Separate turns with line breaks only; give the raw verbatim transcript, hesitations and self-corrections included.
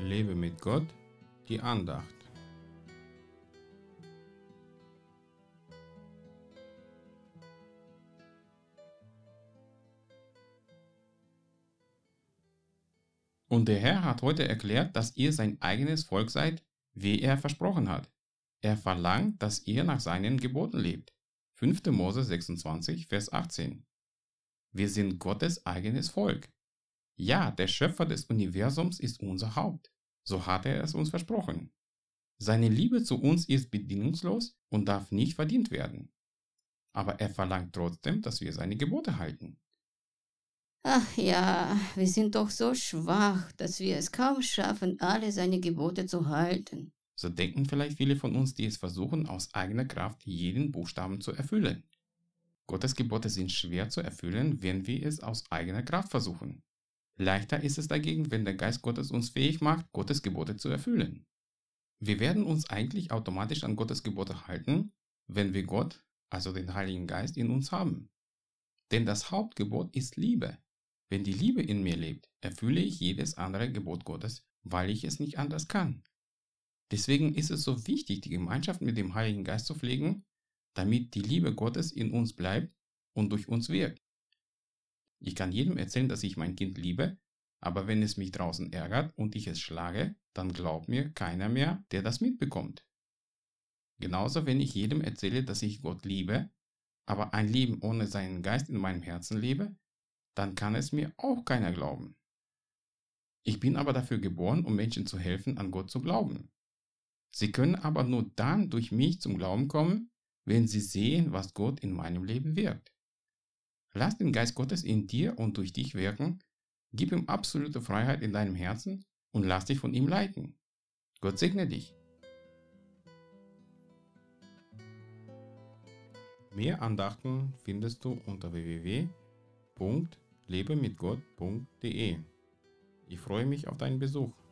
Lebe mit Gott, die Andacht. Und der Herr hat heute erklärt, dass ihr sein eigenes Volk seid, wie er versprochen hat. Er verlangt, dass ihr nach seinen Geboten lebt. fünfter Mose sechsundzwanzig, Vers achtzehn. Wir sind Gottes eigenes Volk. Ja, der Schöpfer des Universums ist unser Haupt. So hat er es uns versprochen. Seine Liebe zu uns ist bedingungslos und darf nicht verdient werden. Aber er verlangt trotzdem, dass wir seine Gebote halten.
Ach ja, wir sind doch so schwach, dass wir es kaum schaffen, alle seine Gebote zu halten.
So denken vielleicht viele von uns, die es versuchen, aus eigener Kraft jeden Buchstaben zu erfüllen. Gottes Gebote sind schwer zu erfüllen, wenn wir es aus eigener Kraft versuchen. Leichter ist es dagegen, wenn der Geist Gottes uns fähig macht, Gottes Gebote zu erfüllen. Wir werden uns eigentlich automatisch an Gottes Gebote halten, wenn wir Gott, also den Heiligen Geist, in uns haben. Denn das Hauptgebot ist Liebe. Wenn die Liebe in mir lebt, erfülle ich jedes andere Gebot Gottes, weil ich es nicht anders kann. Deswegen ist es so wichtig, die Gemeinschaft mit dem Heiligen Geist zu pflegen, damit die Liebe Gottes in uns bleibt und durch uns wirkt. Ich kann jedem erzählen, dass ich mein Kind liebe, aber wenn es mich draußen ärgert und ich es schlage, dann glaubt mir keiner mehr, der das mitbekommt. Genauso, wenn ich jedem erzähle, dass ich Gott liebe, aber ein Leben ohne seinen Geist in meinem Herzen lebe, dann kann es mir auch keiner glauben. Ich bin aber dafür geboren, um Menschen zu helfen, an Gott zu glauben. Sie können aber nur dann durch mich zum Glauben kommen, wenn sie sehen, was Gott in meinem Leben wirkt. Lass den Geist Gottes in dir und durch dich wirken, gib ihm absolute Freiheit in deinem Herzen und lass dich von ihm leiten. Gott segne dich. Mehr Andachten findest du unter w w w punkt lebe mit gott punkt de. Ich freue mich auf deinen Besuch.